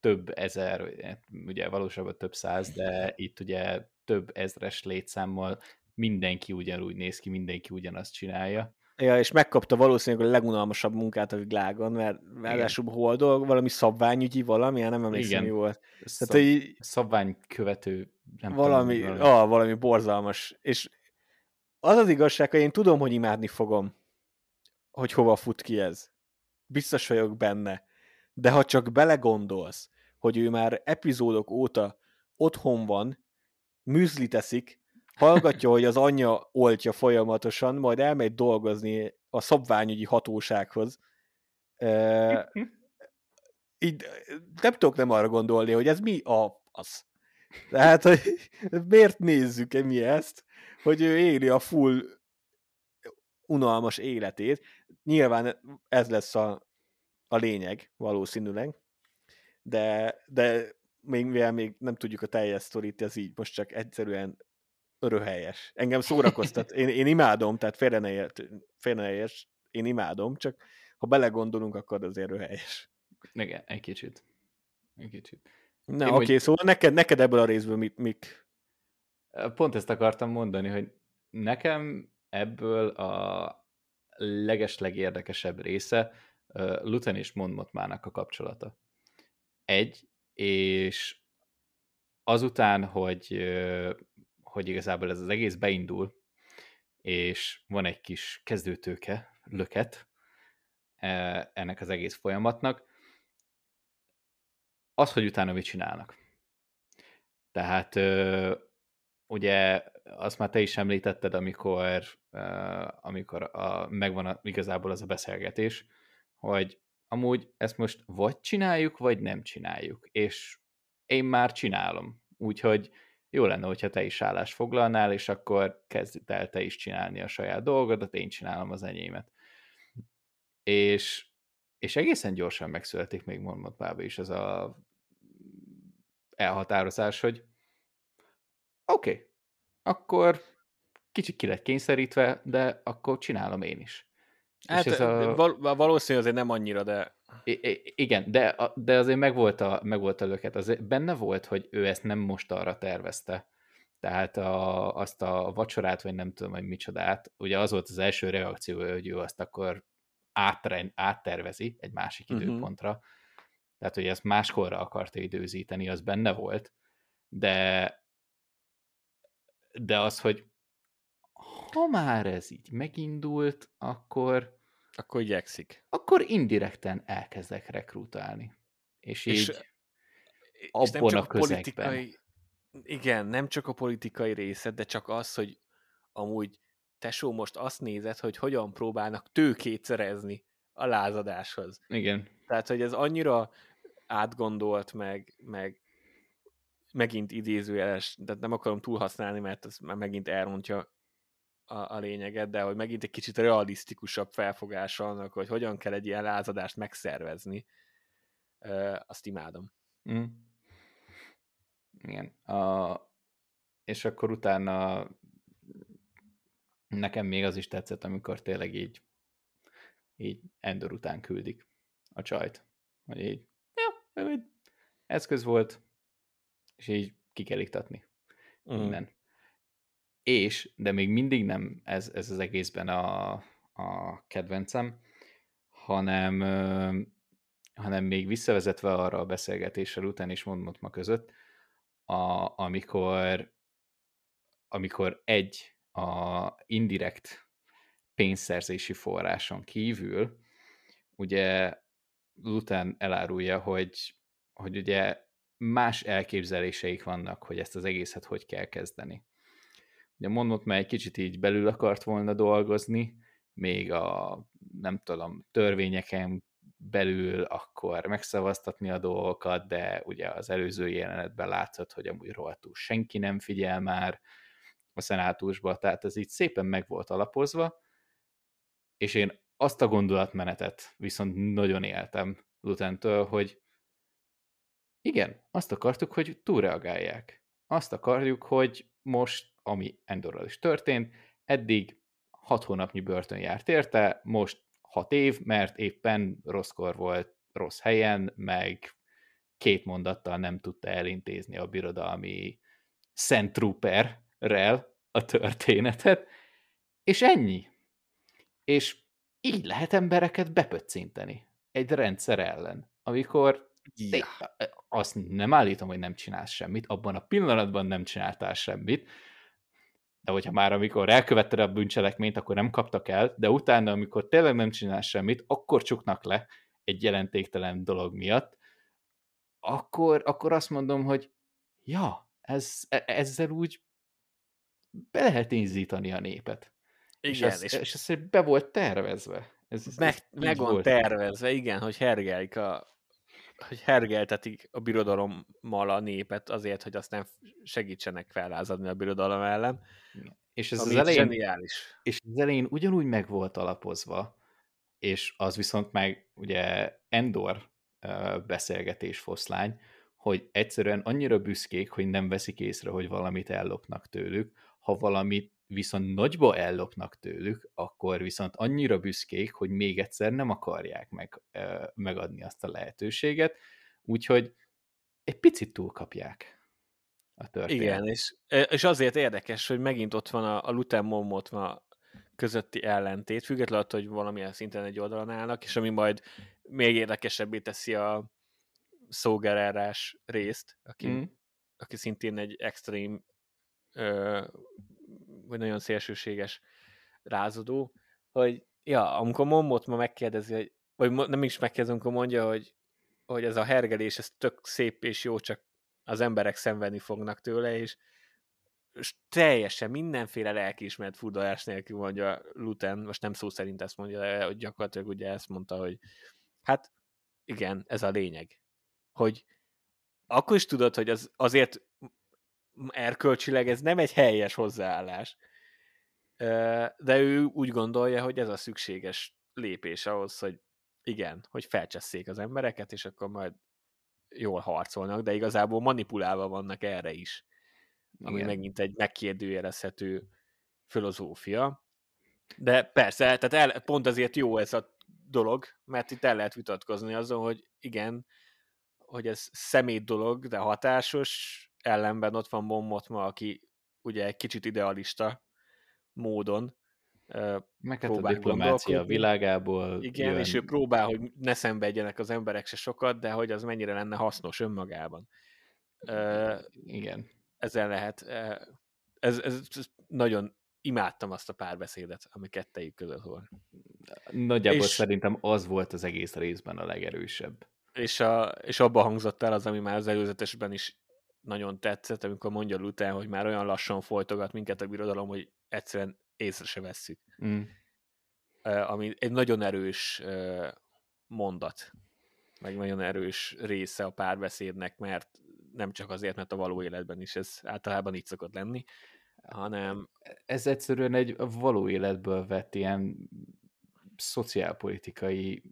több ezer, ugye valóságban több száz, de itt ugye több ezres létszámmal mindenki ugyanúgy néz ki, mindenki ugyanazt csinálja. Ja, és megkapta valószínűleg a legunalmasabb munkát a világon, mert ráadásul hol dolg, valami szabványügyi valami, nem emlékszem, mi volt. Szab, Tehát, így, szabványkövető, nem valami, tudom. Valami. Ah, valami borzalmas. És az az igazság, hogy én tudom, hogy imádni fogom, hogy hova fut ki ez. Biztos vagyok benne. De ha csak belegondolsz, hogy ő már epizódok óta otthon van, műzlit eszik, hallgatja, hogy az anyja oltja folyamatosan, majd elmegy dolgozni a szabványügyi hatósághoz. E, így nem tudok nem arra gondolni, hogy ez mi a az. Tehát, hogy miért nézzük mi ezt, hogy ő éli a full unalmas életét. Nyilván ez lesz a, a lényeg, valószínűleg, de, de még, mivel még nem tudjuk a teljes sztorit, ez így most csak egyszerűen öröhelyes. Engem szórakoztat. Én, én imádom, tehát félre ne, ért, félre ne érts, én imádom, csak ha belegondolunk, akkor azért öröhelyes. Igen, egy kicsit. Egy kicsit. Na, oké, okay, szóval neked, neked ebből a részből mik, mik? Pont ezt akartam mondani, hogy nekem ebből a legeslegérdekesebb része uh, Luthen és Mon Mothmának a kapcsolata. Egy, és azután, hogy, uh, hogy igazából ez az egész beindul, és van egy kis kezdőtőke, löket uh, ennek az egész folyamatnak, az, hogy utána mit csinálnak. Tehát uh, ugye azt már te is említetted, amikor, uh, amikor a, megvan a, igazából az a beszélgetés, hogy amúgy ezt most vagy csináljuk, vagy nem csináljuk. És én már csinálom. Úgyhogy jó lenne, hogyha te is állást foglalnál, és akkor kezdj el te is csinálni a saját dolgodat, én csinálom az enyémet. És, és egészen gyorsan megszületik még Mon Mothmába is az a elhatározás, hogy oké, okay, akkor kicsit ki lett kényszerítve, de akkor csinálom én is. Hát és ez a... val- valószínűleg azért nem annyira, de... I- igen, de, de azért megvolt a, megvolt a löket. Azért benne volt, hogy ő ezt nem most arra tervezte. Tehát a, azt a vacsorát, vagy nem tudom, hogy micsodát, ugye az volt az első reakció, hogy ő azt akkor átre, áttervezi egy másik uh-huh. időpontra. Tehát, hogy ezt máskorra akarta időzíteni, az benne volt. De de az, hogy ha már ez így megindult, akkor akkor igyekszik. Akkor indirekten elkezdek rekrutálni. És így és, abban és nem csak a, a közegben. Politikai, igen, nem csak a politikai része, de csak az, hogy amúgy tesó most azt nézed, hogy hogyan próbálnak tőkét szerezni a lázadáshoz. Igen. Tehát, hogy ez annyira átgondolt, meg, meg megint idézőjeles, de nem akarom túlhasználni, mert ez már megint elrontja a, a lényeget, de hogy megint egy kicsit realisztikusabb felfogása annak, hogy hogyan kell egy ilyen lázadást megszervezni, uh, azt imádom. Mm. Igen. A, és akkor utána nekem még az is tetszett, amikor tényleg így így Endor után küldik a csajt. Hogy így, ja, eszköz volt, és így ki kell iktatni. Uh-huh. Minden. És, de még mindig nem ez, ez az egészben a, a kedvencem, hanem, ö, hanem még visszavezetve arra a beszélgetéssel után is Mon Mothma között, a, amikor, amikor egy a indirekt pénzszerzési forráson kívül, ugye Luthen elárulja, hogy, hogy ugye más elképzeléseik vannak, hogy ezt az egészet hogy kell kezdeni. Ugye Mon Mothma egy kicsit így belül akart volna dolgozni, még a, nem tudom, törvényeken belül akkor megszavaztatni a dolgokat, de ugye az előző jelenetben látszott, hogy amúgy rohadtul senki nem figyel már a szenátusba, tehát ez így szépen meg volt alapozva, és én azt a gondolatmenetet viszont nagyon éltem Luthentől, hogy igen, azt akartuk, hogy túlreagálják. Azt akarjuk, hogy most, ami Endorral is történt, eddig hat hónapnyi börtön járt érte, most hat év, mert éppen rosszkor volt rossz helyen, meg két mondattal nem tudta elintézni a birodalmi Szent Trooperrel a történetet, és ennyi. És így lehet embereket bepöccinteni egy rendszer ellen, amikor Ja. azt nem állítom, hogy nem csinálsz semmit, abban a pillanatban nem csináltál semmit, de hogyha már amikor elkövetted a bűncselekményt, akkor nem kaptak el, de utána, amikor tényleg nem csinálsz semmit, akkor csuknak le egy jelentéktelen dolog miatt, akkor, akkor azt mondom, hogy ja, ez, ezzel úgy be lehet inzítani a népet. Igen, és ez, és... és ez be volt tervezve. Ez, ez, meg, ez meg van volt. tervezve, igen, hogy hergelik a hogy hergeltetik a birodalommal a népet azért, hogy aztán segítsenek fellázadni a birodalom ellen. Igen. És ez ami az elején, zseniális. És az elején ugyanúgy meg volt alapozva, és az viszont meg ugye Endor beszélgetés foszlány, hogy egyszerűen annyira büszkék, hogy nem veszik észre, hogy valamit ellopnak tőlük, ha valamit viszont nagyba ellopnak tőlük, akkor viszont annyira büszkék, hogy még egyszer nem akarják meg, megadni azt a lehetőséget, úgyhogy egy picit túlkapják a történet. Igen, és, és azért érdekes, hogy megint ott van a, a Luthen Mon Mothma közötti ellentét, függetlenül attól, hogy valamilyen szinten egy oldalon állnak, és ami majd még érdekesebbé teszi a szógerárás részt, aki, mm. aki szintén egy extrém ö, vagy nagyon szélsőséges rázadó, hogy ja, amikor Mon Mothma megkérdezi, hogy, vagy nem is megkérdezi, amikor mondja, hogy, hogy ez a hergelés, ez tök szép és jó, csak az emberek szenvedni fognak tőle, és, és teljesen mindenféle lelkiismeret furdalás nélkül mondja Luthen, most nem szó szerint ezt mondja, de hogy gyakorlatilag ugye ezt mondta, hogy hát igen, ez a lényeg. Hogy akkor is tudod, hogy az, azért erkölcsileg ez nem egy helyes hozzáállás, de ő úgy gondolja, hogy ez a szükséges lépés ahhoz, hogy igen, hogy felcsesszék az embereket, és akkor majd jól harcolnak, de igazából manipulálva vannak erre is. Ami igen. megint egy megkérdőjelezhető filozófia. De persze, tehát el, pont azért jó ez a dolog, mert itt el lehet vitatkozni azon, hogy igen, hogy ez szemét dolog, de hatásos, ellenben ott van Mon Mothma, aki ugye egy kicsit idealista módon meg hát a diplomácia a világából igen, jön. És ő próbál, hogy ne szenvedjenek az emberek se sokat, de hogy az mennyire lenne hasznos önmagában. Igen. Ezzel lehet. Ez, ez, ez nagyon imádtam azt a párbeszédet, ami kettejük között volt. Nagyjából és, szerintem az volt az egész részben a legerősebb. És, a, és abba hangzott el az, ami már az előzetesben is nagyon tetszett, amikor mondja Luthen, hogy már olyan lassan folytogat minket a birodalom, hogy egyszerűen észre se vesszük. Mm. Ami egy nagyon erős mondat, meg nagyon erős része a párbeszédnek, mert nem csak azért, mert a való életben is ez általában így szokott lenni, hanem... Ez egyszerűen egy való életből vett ilyen szociálpolitikai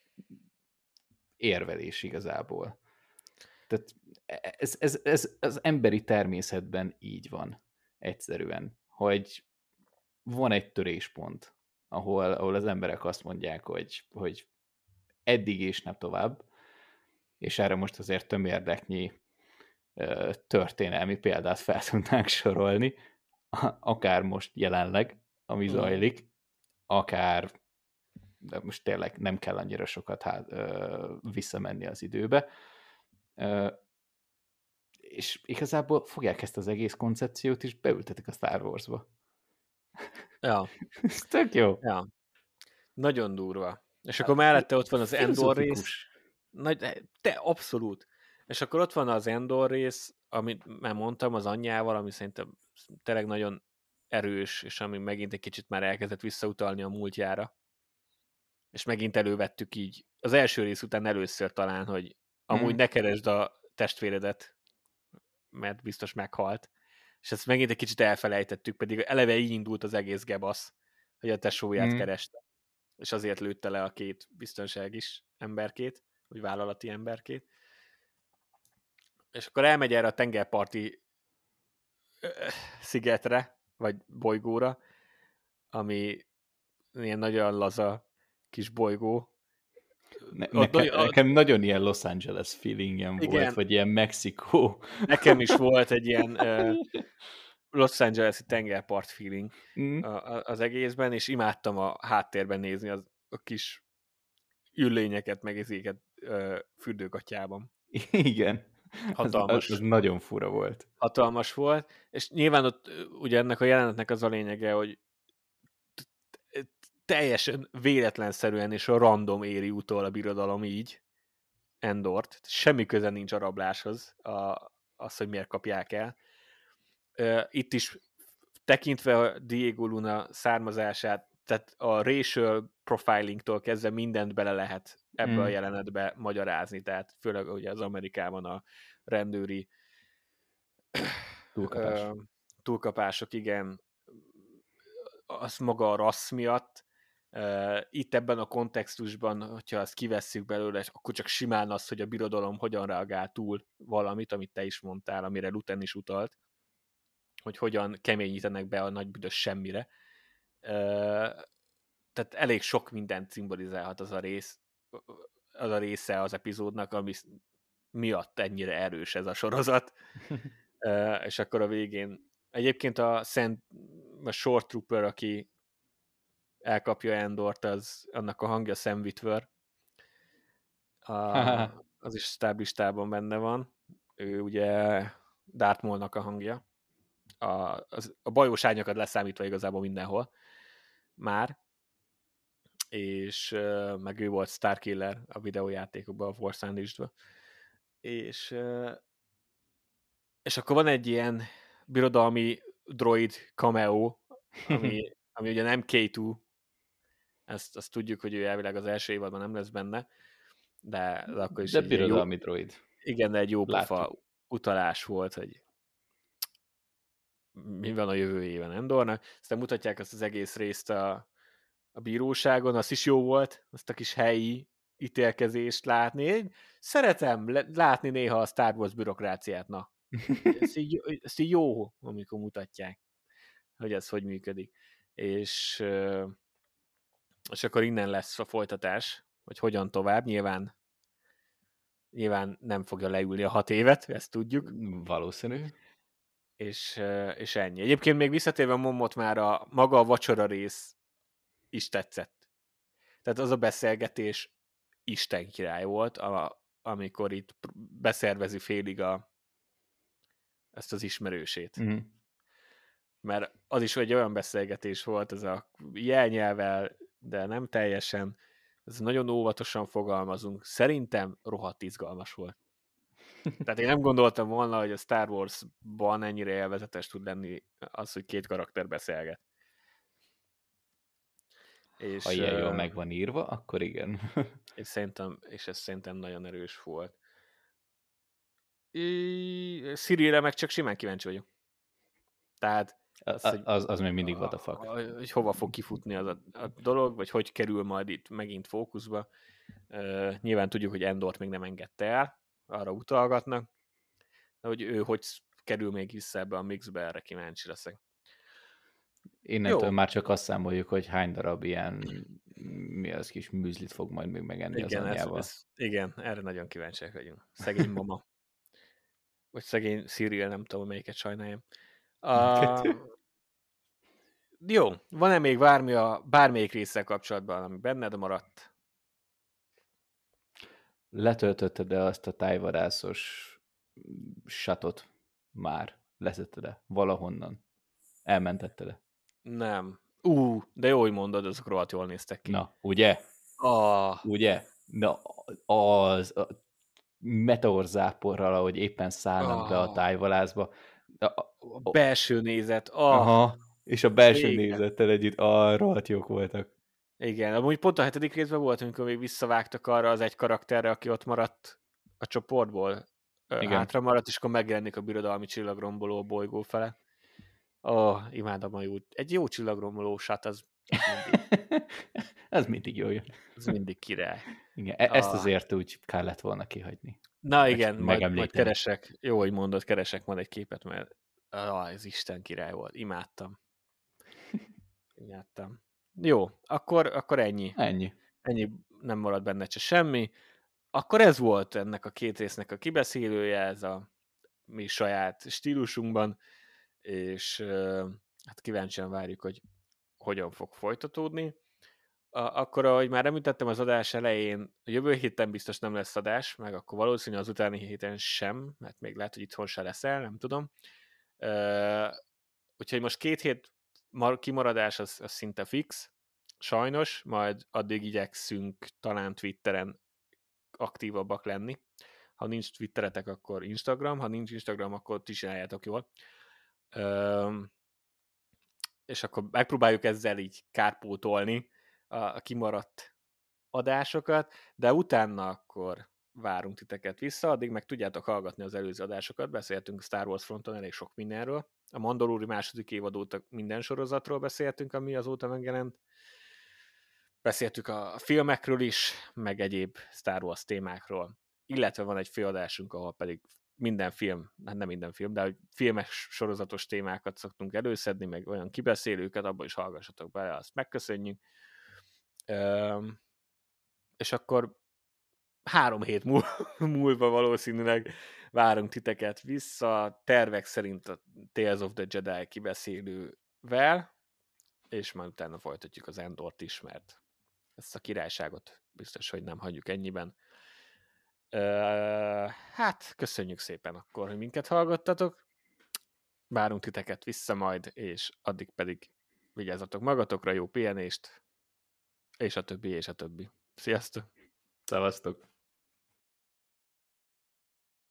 érvelés igazából. Tehát ez, ez, ez az emberi természetben így van egyszerűen, hogy van egy töréspont, ahol, ahol az emberek azt mondják, hogy, hogy eddig és nem tovább, és erre most azért tömérdeknyi történelmi példát fel tudnánk sorolni, akár most jelenleg, ami mm. zajlik, akár, de most tényleg nem kell annyira sokat hát, ö, visszamenni az időbe, ö, és igazából fogják ezt az egész koncepciót, és beültetik a Star Wars-ba. Ja. Ez tök jó. Ja. Nagyon durva. És akkor mellette ott van az Endor rész. Nagy, te, abszolút. És akkor ott van az Endor rész, amit már mondtam az anyjával, ami szerintem tényleg nagyon erős, és ami megint egy kicsit már elkezdett visszautalni a múltjára. És megint elővettük így, az első rész után először talán, hogy amúgy mm. ne keresd a testvéredet, mert biztos meghalt. És ezt megint egy kicsit elfelejtettük, pedig eleve így indult az egész gebasz, hogy a tesóját mm. kereste. És azért lőtte le a két biztonságis emberkét, vagy vállalati emberkét. És akkor elmegy erre a tengerparti szigetre, vagy bolygóra, ami ilyen nagyon laza kis bolygó, Ne, ott, nekem, ott, nekem nagyon ilyen Los Angeles feelingem igen, volt, vagy ilyen Mexikó. nekem is volt egy ilyen uh, Los Angeles-i tengerpart feeling Mm. a, a, az egészben, és imádtam a háttérben nézni az, a kis üllényeket, meg ezéket uh, fürdőgatyában. Igen. Hatalmas. Az, az nagyon fura volt. Hatalmas volt, és nyilván ott ugye ennek a jelenetnek az a lényege, hogy teljesen véletlenszerűen és a random éri utol a birodalom így Endort. Semmi köze nincs a rabláshoz, a, az, hogy miért kapják el. Itt is tekintve a Diego Luna származását, tehát a racial profilingtól kezdve mindent bele lehet ebbe mm. a jelenetbe magyarázni, tehát főleg ugye az Amerikában a rendőri Túlkapás. uh, túlkapások, igen, az maga a rassz miatt. Uh, itt ebben a kontextusban, hogyha azt kivesszük belőle, akkor csak simán az, hogy a birodalom hogyan reagál túl valamit, amit te is mondtál, amire Luten is utalt, hogy hogyan keményítenek be a nagy büdös semmire. Uh, tehát elég sok mindent szimbolizálhat az a rész, az a része az epizódnak, ami miatt ennyire erős ez a sorozat. uh, és akkor a végén egyébként a Szent a Short Trooper, aki elkapja Endort, az, annak a hangja Sam Witwer. A, az is stáblistában benne van. Ő ugye Darth Maulnak a hangja. A, az, a bajós árnyakat leszámítva igazából mindenhol már. És uh, meg ő volt Starkiller a videójátékokban, a Force Unleashed-ben. És, uh, és akkor van egy ilyen birodalmi droid cameo, ami, ami ugye nem K kettő, ezt, azt tudjuk, hogy ő elvileg az első évadban nem lesz benne, de, de akkor is de egy birodalmi jó, droid. Igen, de egy jó pofa utalás volt, hogy mi van a jövő éven Endornak. Aztán mutatják azt az egész részt a, a bíróságon, az is jó volt, azt a kis helyi ítélkezést látni. Én szeretem látni néha a Star Wars bürokráciát, na. Ezt így, ezt így jó, amikor mutatják, hogy ez hogy működik. És, és akkor innen lesz a folytatás, hogy hogyan tovább. Nyilván nyilván nem fogja leülni a hat évet, ezt tudjuk. Valószínű. És, és ennyi. Egyébként még visszatérve Momot, már a maga a vacsora rész is tetszett. Tehát az a beszélgetés Isten király volt, a, amikor itt beszervezi félig a, ezt az ismerősét. Mm. Mert az is egy olyan beszélgetés volt, ez a jelnyelvvel, de nem teljesen, ez nagyon óvatosan fogalmazunk. Szerintem rohadt izgalmas volt. Tehát én nem gondoltam volna, hogy a Star Wars-ban ennyire élvezetes tud lenni az, hogy két karakter beszélget. És, ha ilyen jól meg van írva, akkor igen. és, szerintem, és ez szerintem nagyon erős volt. Cyrille meg csak simán kíváncsi vagyok. Tehát az, az, az, az még mindig what the fuck. Hogy hova fog kifutni az a, a dolog, vagy hogy kerül majd itt megint fókuszba. Uh, nyilván tudjuk, hogy Endort még nem engedte el, arra utalgatnak, de hogy ő hogy kerül még vissza ebbe a mixbe, erre kíváncsi leszek. Innentől Jó. már csak azt számoljuk, hogy hány darab ilyen mi az kis műzlit fog majd még megenni igen, az anyjával. Ez, ez, igen, erre nagyon kíváncsiak vagyunk. Szegény mama. Vagy szegény Cyril, nem tudom, melyiket sajnáljam. Uh, jó, van-e még bármi a bármelyik résszel kapcsolatban, ami benned maradt? Letöltötted-e azt a tájvadászos satot már? Leszetted-e? Valahonnan? Elmentetted-e? Nem. Ú, uh, de jó, hogy mondod, azok rohadt jól néztek ki. Na, ugye? Oh. Ugye? Na, az a meteorzáporral, ahogy éppen szállnak oh. be a tájvadászba. A, a belső nézet. Oh. Aha, és a belső igen. nézettel együtt ah, rohadt jók voltak. Igen, amúgy pont a hetedik részben volt, amikor még visszavágtak arra az egy karakterre, aki ott maradt a csoportból. Igen. Hátra maradt, és akkor megjelenik a birodalmi csillagromboló bolygó fele. Ó, oh, imádom a jó. Egy jó csillagromboló sát, az mindig... ez mindig jó jön. Ez mindig király. Igen, e- ezt azért úgy kellett volna kihagyni. Na meg, igen, majd, majd keresek, jó, hogy mondod, keresek majd egy képet, mert ah, ez Isten király volt. Imádtam. Imádtam. Jó, akkor, akkor ennyi. Ennyi. Ennyi nem marad benne se semmi. Akkor ez volt ennek a két résznek a kibeszélője, ez a mi saját stílusunkban, és hát kíváncsian várjuk, hogy hogyan fog folytatódni. A, akkor, ahogy már említettem az adás elején, a jövő héten biztos nem lesz adás, meg akkor valószínűleg az utáni héten sem, mert még lehet, hogy itthon se leszel, nem tudom. Uh, úgyhogy most két hét kimaradás az, az szinte fix, sajnos, majd addig igyekszünk talán Twitteren aktívabbak lenni. Ha nincs Twitteretek, akkor Instagram, ha nincs Instagram, akkor ti csináljátok jól. Uh, és akkor megpróbáljuk ezzel így kárpótolni a, a kimaradt adásokat, de utána akkor várunk titeket vissza, addig meg tudjátok hallgatni az előző adásokat, beszéltünk Star Wars fronton elég sok mindenről, a Mandalori második évad óta minden sorozatról beszéltünk, ami azóta megjelent, beszéltük a filmekről is, meg egyéb Star Wars témákról, illetve van egy főadásunk, ahol pedig minden film, hát nem minden film, de hogy filmes sorozatos témákat szoktunk előszedni, meg olyan kibeszélőket, abban is hallgassatok bele, azt megköszönjük. Üm, és akkor három hét múlva valószínűleg várunk titeket vissza, tervek szerint a Tales of the Jedi kibeszélővel, és majd utána folytatjuk az Endort is, mert ezt a királyságot biztos, hogy nem hagyjuk ennyiben. Uh, hát, köszönjük szépen akkor, hogy minket hallgattatok. Várunk titeket vissza majd, és addig pedig vigyázzatok magatokra, jó pihenést, és a többi, és a többi. Sziasztok! Szevasztok!